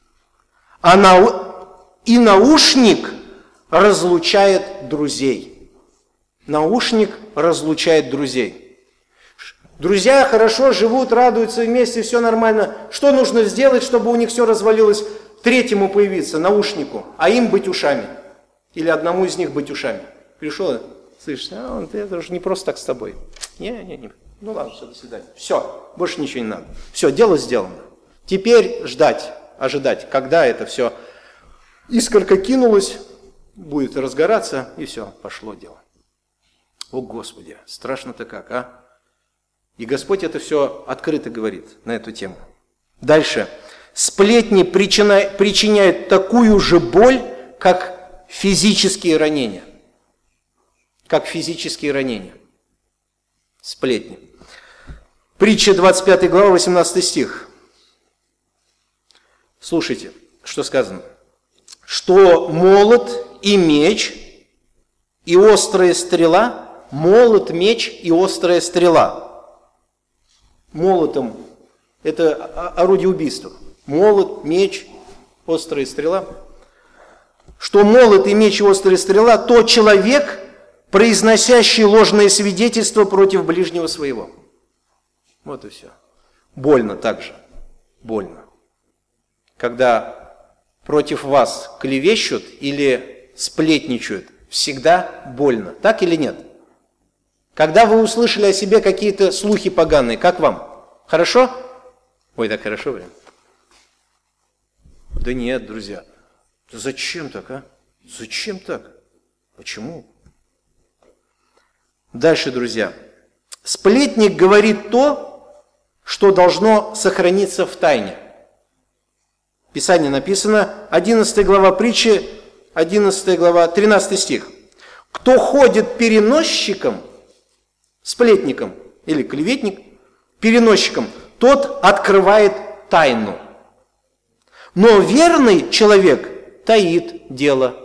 и наушник разлучает друзей. Наушник разлучает друзей. Друзья хорошо живут, радуются вместе, все нормально. Что нужно сделать, чтобы у них все развалилось? Третьему появиться, наушнику, а им быть ушами. Или одному из них быть ушами. Пришел, слышишь, это уже не просто так с тобой. Не. Ну ладно, все, до свидания. Все, больше ничего не надо. Все, дело сделано. Теперь ждать, ожидать, когда это все искорка кинулась, будет разгораться, и все, пошло дело. О, Господи, страшно-то как, а? И Господь это все открыто говорит на эту тему. Дальше. Сплетни причиняют такую же боль, как физические ранения. Как физические ранения. Сплетни. Притча 25 глава, 18 стих. Слушайте, что сказано. Что молот и меч и острая стрела, молот, меч и острая стрела. Молотом – это орудие убийства. Молот, меч, острая стрела. Что молот и меч и острая стрела – то человек, произносящий ложные свидетельства против ближнего своего. Вот и все. Больно также. Больно. Когда против вас клевещут или сплетничают, всегда больно. Так или нет? Когда вы услышали о себе какие-то слухи поганые, как вам? Хорошо? Ой, так хорошо, блин. Да нет, друзья. Зачем так, а? Зачем так? Почему? Дальше, друзья. Сплетник говорит то, что должно сохраниться в тайне. В Писании написано, 11 глава притчи, 11 глава, 13 стих. Кто ходит переносчиком, сплетником или клеветник, переносчиком, тот открывает тайну. Но верный человек таит дело.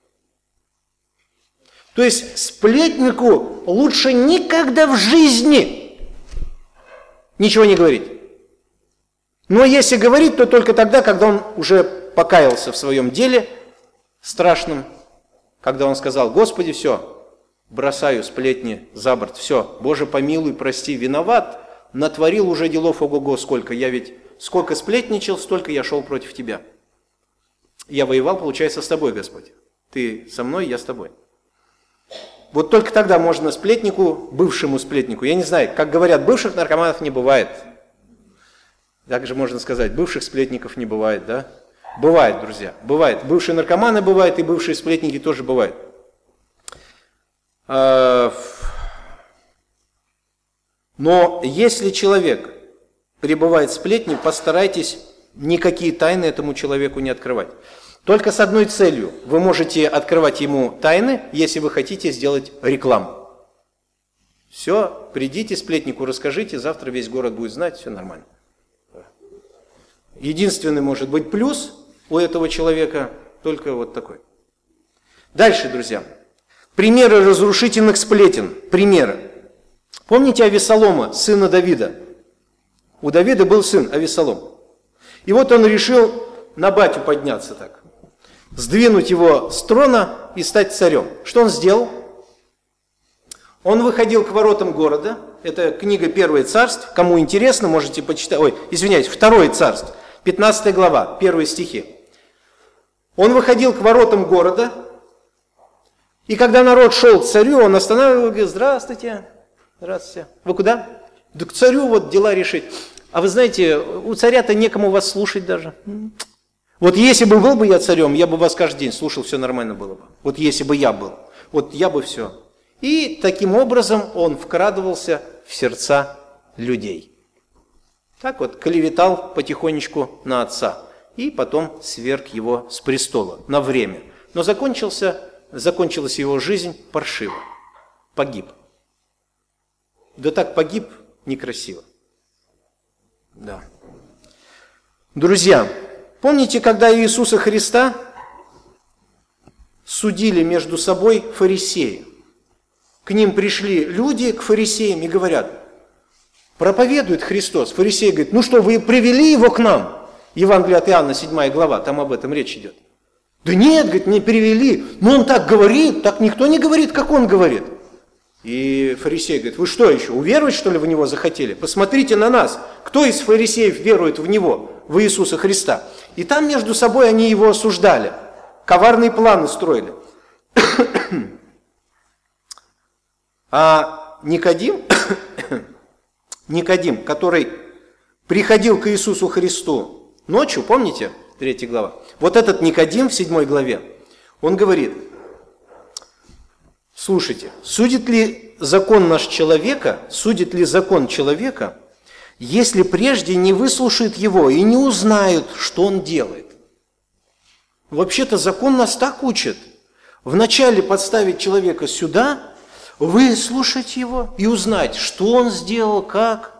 То есть сплетнику лучше никогда в жизни ничего не говорить. Но если говорить, то только тогда, когда он уже покаялся в своем деле страшном, когда он сказал: Господи, все, бросаю сплетни за борт, все, Боже, помилуй, прости, виноват, натворил уже делов ого-го сколько, я ведь сколько сплетничал, столько я шел против Тебя. Я воевал, получается, с Тобой, Господь. Ты со мной, я с Тобой. Вот только тогда можно сплетнику, бывшему сплетнику, я не знаю, как говорят, бывших наркоманов не бывает. Также можно сказать, бывших сплетников не бывает, да? Бывает, друзья, бывает. Бывшие наркоманы бывают, и бывшие сплетники тоже бывают. Но если человек пребывает в сплетне, постарайтесь никакие тайны этому человеку не открывать. Только с одной целью. Вы можете открывать ему тайны, если вы хотите сделать рекламу. Все, придите сплетнику, расскажите, завтра весь город будет знать, все нормально. Единственный может быть плюс у этого человека только вот такой. Дальше, друзья. Примеры разрушительных сплетен. Примеры. Помните Авессалома, сына Давида? У Давида был сын Авессалом. И вот он решил на батю подняться так. Сдвинуть его с трона и стать царем. Что он сделал? Он выходил к воротам города. Это книга «Первое царств». Кому интересно, можете почитать. Второе царств. 15 глава, первые стихи. Он выходил к воротам города. И когда народ шел к царю, он останавливал и говорит: здравствуйте, здравствуйте. Вы куда? Да к царю вот дела решить. А вы знаете, у царя-то некому вас слушать даже. Вот если бы был бы я царем, я бы вас каждый день слушал, все нормально было бы. Вот если бы я был, вот я бы все. И таким образом он вкрадывался в сердца людей. Так вот, клеветал потихонечку на отца. И потом сверг его с престола на время. Но закончилась его жизнь паршиво. Погиб. Да так погиб некрасиво. Да. Друзья, помните, когда Иисуса Христа судили между собой фарисеи? К ним пришли люди, к фарисеям, и говорят: проповедует Христос. Фарисей говорит: ну что, вы привели его к нам? Евангелие от Иоанна, 7 глава, там об этом речь идет. Да нет, говорит, не привели. Но он так говорит, так никто не говорит, как он говорит. И фарисей говорит: вы что еще, уверовать что ли в него захотели? Посмотрите на нас. Кто из фарисеев верует в него, в Иисуса Христа? И там между собой они его осуждали. Коварные планы строили. А Никодим, который приходил к Иисусу Христу ночью, помните, 3 глава? Вот этот Никодим в 7 главе, он говорит: слушайте, судит ли закон человека, если прежде не выслушает его и не узнают, что он делает? Вообще-то закон нас так учит. Вначале подставить человека сюда, выслушать его и узнать, что он сделал, как.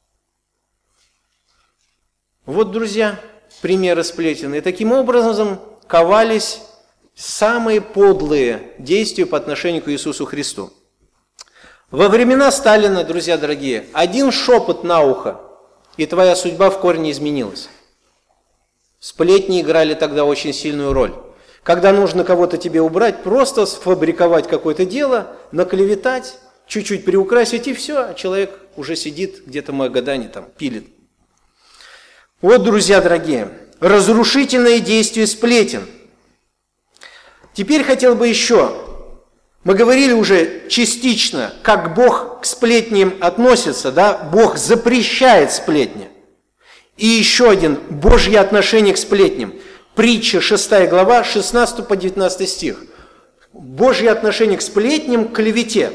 Вот, друзья, примеры сплетен. И таким образом ковались самые подлые действия по отношению к Иисусу Христу. Во времена Сталина, друзья дорогие, один шепот на ухо, и твоя судьба в корне изменилась. Сплетни играли тогда очень сильную роль. Когда нужно кого-то тебе убрать, просто сфабриковать какое-то дело, наклеветать, чуть-чуть приукрасить, и все, а человек уже сидит где-то в Магадане, там, пилит. Вот, друзья дорогие, разрушительное действие сплетен. Теперь хотел бы еще, мы говорили уже частично, как Бог к сплетням относится, да? Бог запрещает сплетни. И еще один, Божье отношение к сплетням. Притча 6 глава, 16 по 19 стих. Божье отношение к сплетням, к клевете.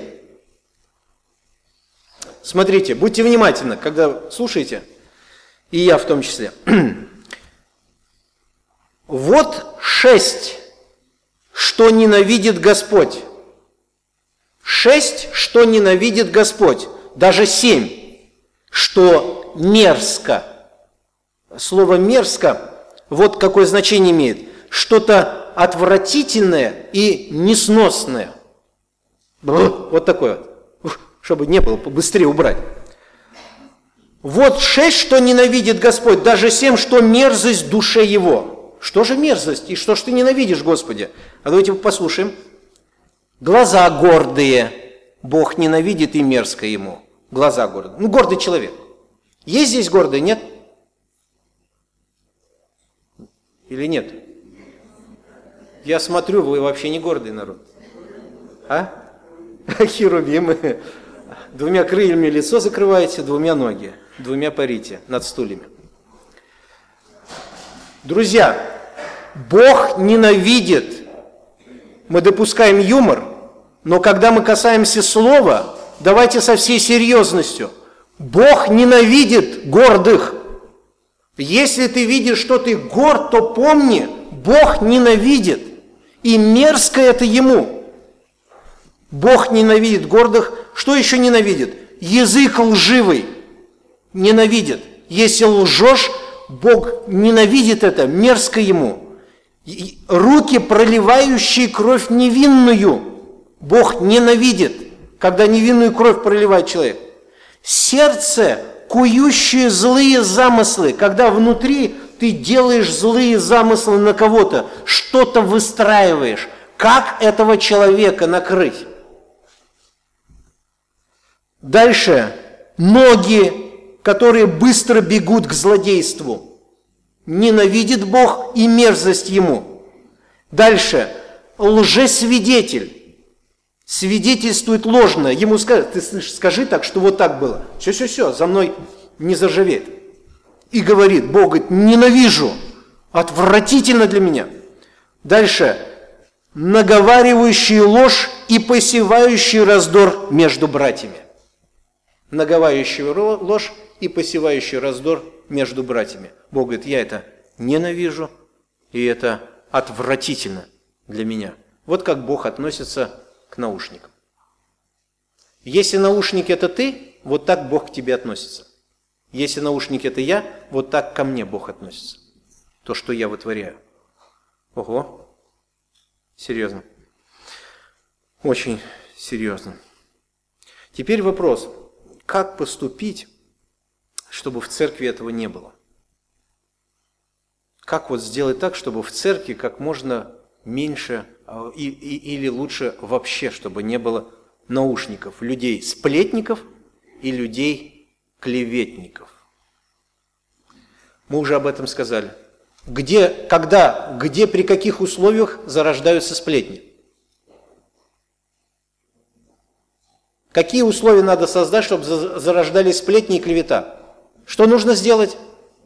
Смотрите, будьте внимательны, когда слушаете, и я в том числе. Вот 6, что ненавидит Господь. 6, что ненавидит Господь. Даже 7, что мерзко. Слово «мерзко» вот какое значение имеет. Что-то отвратительное и несносное. Вот такое вот. Чтобы не было, побыстрее убрать. Вот 6, что ненавидит Господь. Даже 7, что мерзость в душе его. Что же мерзость? И что ж ты ненавидишь, Господи? А давайте послушаем. Глаза гордые. Бог ненавидит и мерзко ему. Глаза гордые. Ну, гордый человек. Есть здесь гордый, нет? Или нет? Я смотрю, вы вообще не гордый народ. А? Херувимы. 2 крыльями лицо закрываете, 2 ноги. 2 парите над стульями. Друзья, Бог ненавидит. Мы допускаем юмор, но когда мы касаемся слова, давайте со всей серьезностью. Бог ненавидит гордых. Если ты видишь, что ты горд, то помни, Бог ненавидит, и мерзко это Ему. Бог ненавидит гордых. Что еще ненавидит? Язык лживый ненавидит. Если лжешь, Бог ненавидит это, мерзко Ему. Руки, проливающие кровь невинную, Бог ненавидит, когда невинную кровь проливает человек. Сердце, кующее злые замыслы, когда внутри ты делаешь злые замыслы на кого-то, что-то выстраиваешь. Как этого человека накрыть? Дальше. Ноги, которые быстро бегут к злодейству. Ненавидит Бог и мерзость Ему. Дальше. Лжесвидетель. Свидетельствует ложно. Ему скажут: ты скажи так, что вот так было. Все, за мной не заржавеет. И говорит: Бог говорит: ненавижу, отвратительно для меня. Дальше. Наговаривающий ложь и посевающий раздор между братьями. Наговаривающий ложь и посевающий раздор между братьями. Бог говорит: я это ненавижу, и это отвратительно для меня. Вот как Бог относится к наушникам. Если наушники это ты, вот так Бог к тебе относится. Если наушники это я, вот так ко мне Бог относится. То, что я вытворяю. Ого. Серьезно. Очень серьезно. Теперь вопрос. Как поступить, чтобы в церкви этого не было? Как вот сделать так, чтобы в церкви как можно меньше или лучше вообще, чтобы не было наушников, людей-сплетников и людей-клеветников? Мы уже об этом сказали. Где, когда, где, при каких условиях зарождаются сплетни? Какие условия надо создать, чтобы зарождались сплетни и клевета? Что нужно сделать?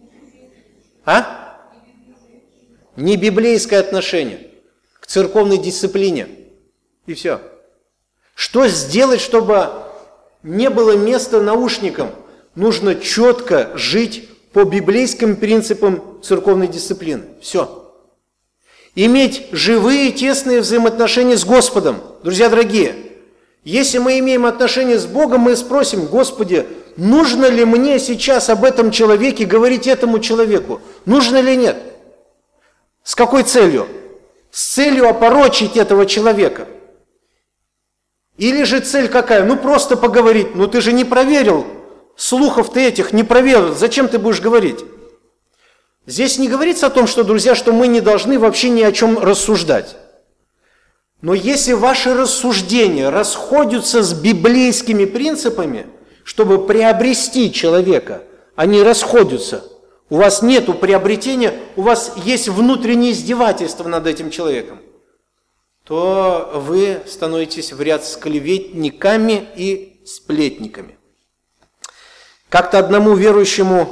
Не библейское отношение к церковной дисциплине. И все. Что сделать, чтобы не было места наушникам? Нужно четко жить по библейским принципам церковной дисциплины. Все. Иметь живые, тесные взаимоотношения с Господом. Друзья дорогие, если мы имеем отношения с Богом, мы спросим: Господи, нужно ли мне сейчас об этом человеке говорить этому человеку? Нужно ли нет? С какой целью? С целью опорочить этого человека. Или же цель какая? Просто поговорить. Ты же не проверил, слухов ты этих не проверил. Зачем ты будешь говорить? Здесь не говорится о том, что, друзья, что мы не должны вообще ни о чем рассуждать. Но если ваши рассуждения расходятся с библейскими принципами, чтобы приобрести человека, они расходятся, у вас нет приобретения, у вас есть внутреннее издевательство над этим человеком, то вы становитесь в ряд с клеветниками и сплетниками. Как-то одному верующему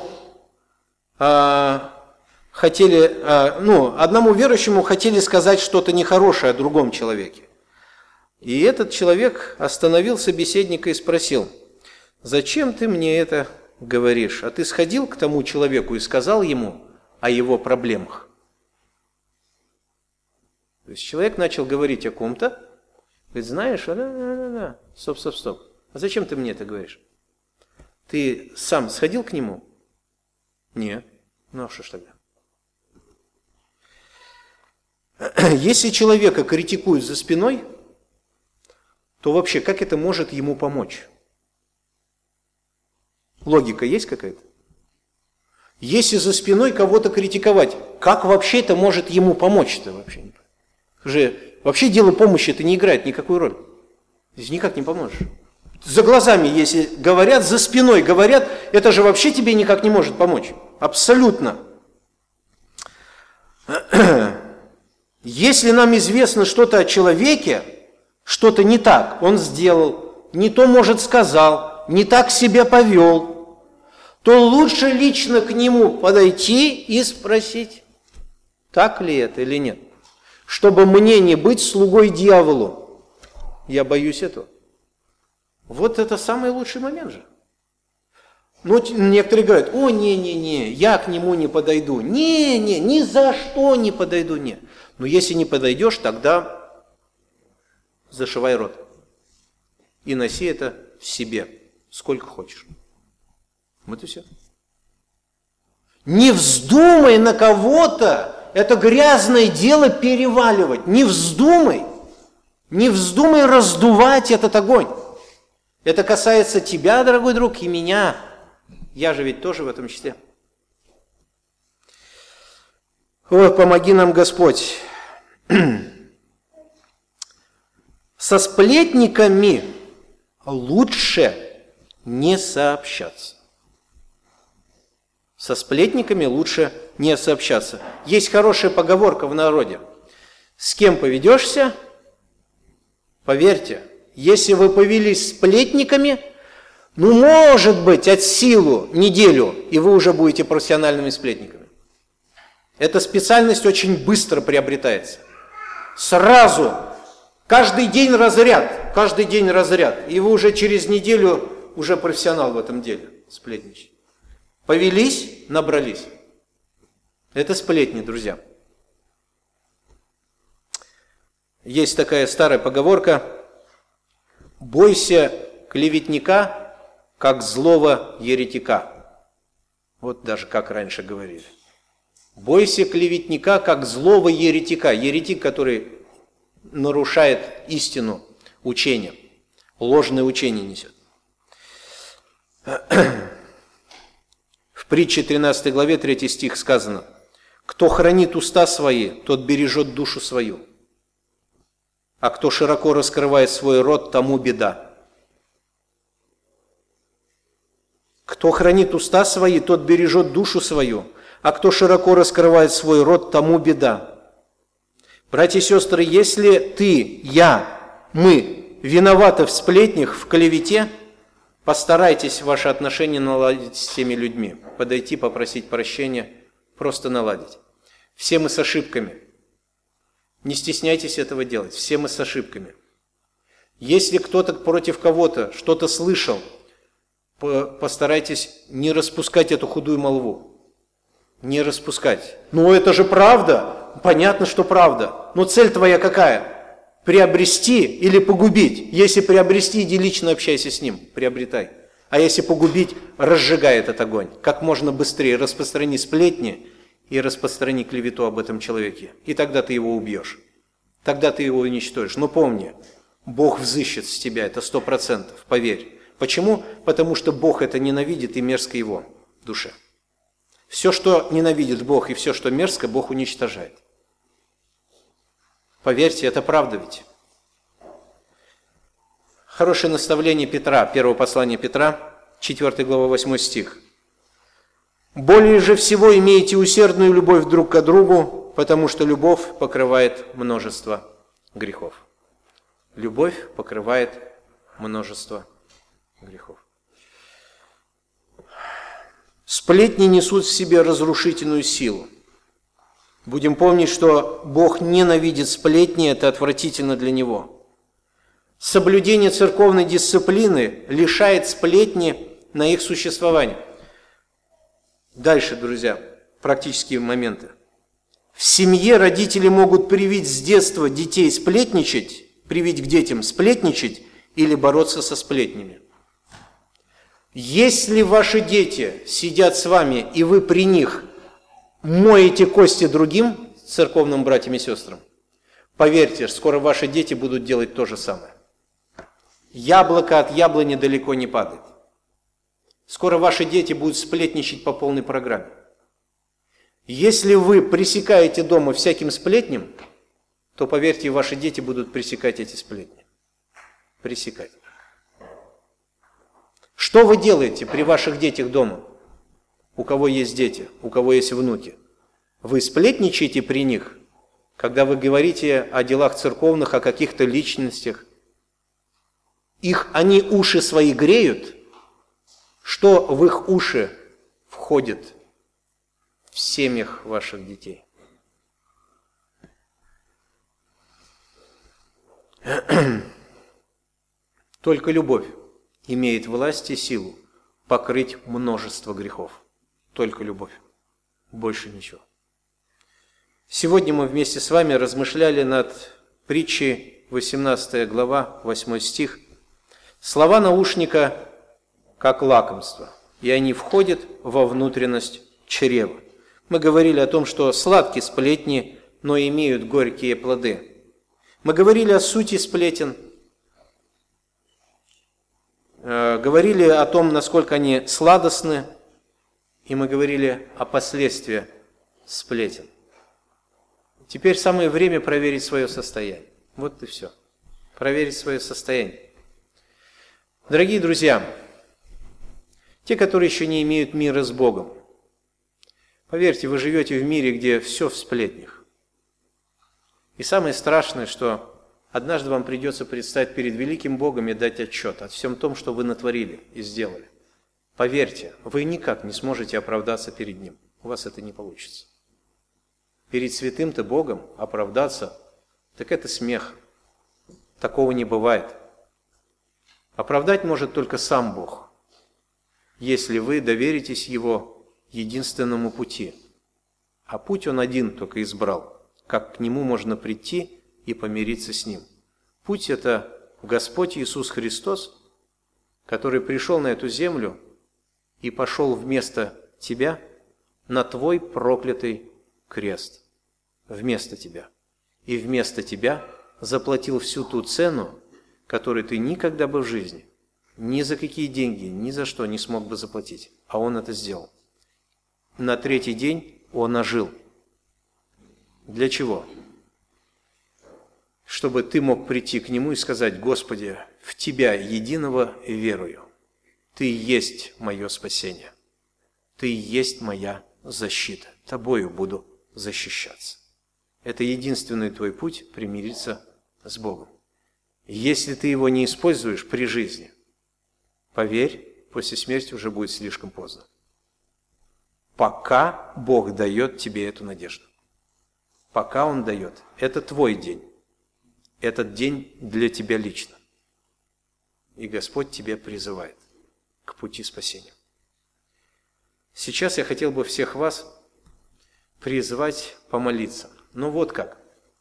хотели сказать что-то нехорошее о другом человеке. И этот человек остановил собеседника и спросил: зачем ты мне это говоришь? А ты сходил к тому человеку и сказал ему о его проблемах? То есть человек начал говорить о ком-то, говорит: знаешь, стоп. А зачем ты мне это говоришь? Ты сам сходил к нему? Нет. А что ж тогда? Если человека критикуют за спиной, то вообще как это может ему помочь? Логика есть какая-то? Если за спиной кого-то критиковать, как вообще это может ему помочь-то вообще? Вообще дело помощи это не играет никакой роли. Здесь никак не поможешь. За глазами, если говорят, за спиной говорят, это же вообще тебе никак не может помочь. Абсолютно. Если нам известно что-то о человеке, что-то не так он сделал, не то, может, сказал, не так себя повел, то лучше лично к нему подойти и спросить, так ли это или нет. Чтобы мне не быть слугой дьяволу. Я боюсь этого. Вот это самый лучший момент же. Ну, некоторые говорят, о, не-не-не, я к нему не подойду. Не-не, ни за что не подойду, не. Но если не подойдешь, тогда зашивай рот. И носи это в себе, сколько хочешь. Вот и все. Не вздумай на кого-то это грязное дело переваливать. Не вздумай. Не вздумай раздувать этот огонь. Это касается тебя, дорогой друг, и меня. Я же ведь тоже в этом числе. Ой, помоги нам, Господь. Со сплетниками лучше не сообщаться. Со сплетниками лучше не сообщаться. Есть хорошая поговорка в народе. С кем поведешься, поверьте, если вы повелись сплетниками, ну, может быть, от силу неделю, и вы уже будете профессиональными сплетниками. Эта специальность очень быстро приобретается. Сразу, каждый день разряд, и вы уже через неделю уже профессионал в этом деле, сплетничать. Повелись, набрались. Это сплетни, друзья. Есть такая старая поговорка: бойся клеветника, как злого еретика. Вот даже как раньше говорили. Бойся клеветника, как злого еретика. Еретик, который нарушает истину учения, ложное учение несет. В притче 13 главе 3 стих сказано: «Кто хранит уста свои, тот бережет душу свою, а кто широко раскрывает свой рот, тому беда». Кто хранит уста свои, тот бережет душу свою, а кто широко раскрывает свой рот, тому беда. Братья и сестры, если ты, я, мы виноваты в сплетнях, в клевете, постарайтесь ваши отношения наладить с теми людьми. Подойти, попросить прощения, просто наладить. Все мы с ошибками. Не стесняйтесь этого делать. Все мы с ошибками. Если кто-то против кого-то что-то слышал, постарайтесь не распускать эту худую молву. Не распускать. Ну это же правда. Понятно, что правда. Но цель твоя какая? Приобрести или погубить? Если приобрести, иди лично общайся с ним, приобретай. А если погубить, разжигай этот огонь. Как можно быстрее распространи сплетни и распространи клевету об этом человеке. И тогда ты его убьешь. Тогда ты его уничтожишь. Но помни, Бог взыщет с тебя, это 100%, поверь. Почему? Потому что Бог это ненавидит и мерзко его душе. Все, что ненавидит Бог и все, что мерзко, Бог уничтожает. Поверьте, это правда ведь. Хорошее наставление Петра, первое послание Петра, 4 глава, 8 стих. «Более же всего имейте усердную любовь друг к другу, потому что любовь покрывает множество грехов». Любовь покрывает множество грехов. Сплетни несут в себе разрушительную силу. Будем помнить, что Бог ненавидит сплетни, это отвратительно для Него. Соблюдение церковной дисциплины лишает сплетни на их существование. Дальше, друзья, практические моменты. В семье родители могут привить с детства детей сплетничать, привить к детям сплетничать или бороться со сплетнями. Если ваши дети сидят с вами, и вы при них моете кости другим церковным братьям и сестрам, поверьте, скоро ваши дети будут делать то же самое. Яблоко от яблони далеко не падает. Скоро ваши дети будут сплетничать по полной программе. Если вы пресекаете дома всяким сплетням, то, поверьте, ваши дети будут пресекать эти сплетни. Пресекать. Что вы делаете при ваших детях дома? У кого есть дети, у кого есть внуки? Вы сплетничаете при них, когда вы говорите о делах церковных, о каких-то личностях. Они уши свои греют. Что в их уши входит в семьях ваших детей? Только любовь имеет власть и силу покрыть множество грехов. Только любовь. Больше ничего. Сегодня мы вместе с вами размышляли над притчей 18 глава, 8 стих. Слова наушника как лакомство, и они входят во внутренность чрева. Мы говорили о том, что сладкие сплетни, но имеют горькие плоды. Мы говорили о сути сплетен, говорили о том, насколько они сладостны, и мы говорили о последствиях сплетен. Теперь самое время проверить свое состояние. Вот и все. Проверить свое состояние. Дорогие друзья, те, которые еще не имеют мира с Богом, поверьте, вы живете в мире, где все в сплетнях. И самое страшное, что однажды вам придется предстать перед великим Богом и дать отчет о всем том, что вы натворили и сделали. Поверьте, вы никак не сможете оправдаться перед Ним. У вас это не получится. Перед святым-то Богом оправдаться, так это смех. Такого не бывает. Оправдать может только сам Бог, если вы доверитесь Его единственному пути. А путь Он один только избрал, как к Нему можно прийти и помириться с Ним. Путь – это Господь Иисус Христос, который пришел на эту землю и пошел вместо тебя на твой проклятый крест. Вместо тебя. И вместо тебя заплатил всю ту цену, которую ты никогда бы в жизни, ни за какие деньги, ни за что не смог бы заплатить. А Он это сделал. На третий день Он ожил. Для чего? Чтобы ты мог прийти к Нему и сказать: Господи, в Тебя единого верую. Ты есть мое спасение. Ты есть моя защита. Тобою буду защищаться. Это единственный твой путь примириться с Богом. Если ты его не используешь при жизни, поверь, после смерти уже будет слишком поздно. Пока Бог дает тебе эту надежду. Пока Он дает. Это твой день. Этот день для тебя лично. И Господь тебя призывает к пути спасения. Сейчас я хотел бы всех вас призвать помолиться. Ну вот как.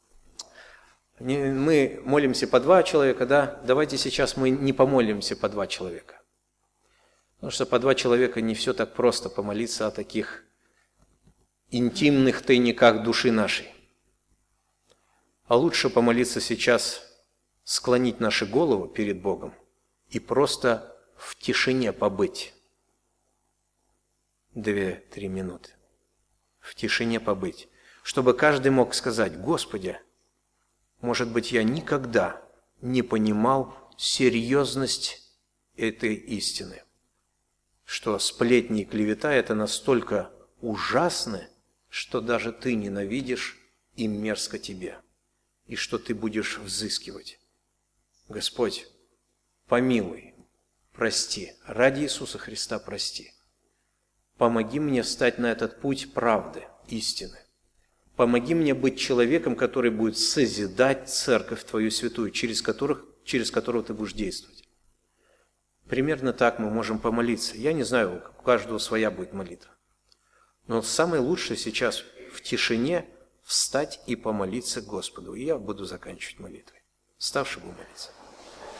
Мы молимся по 2 человека, да? Давайте сейчас мы не помолимся по 2 человека. Потому что по 2 человека не все так просто помолиться о таких интимных тайниках души нашей. А лучше помолиться сейчас, склонить наши головы перед Богом и просто в тишине побыть. 2-3 минуты. В тишине побыть. Чтобы каждый мог сказать: Господи, может быть, я никогда не понимал серьезность этой истины, что сплетни и клевета – это настолько ужасно, что даже ты ненавидишь и мерзко тебе, и что ты будешь взыскивать. Господь, помилуй, прости, ради Иисуса Христа прости. Помоги мне встать на этот путь правды, истины. Помоги мне быть человеком, который будет созидать церковь Твою святую, через которого Ты будешь действовать. Примерно так мы можем помолиться. Я не знаю, у каждого своя будет молитва. Но самое лучшее сейчас в тишине встать и помолиться Господу. И я буду заканчивать молитвой. Вставши буду молиться.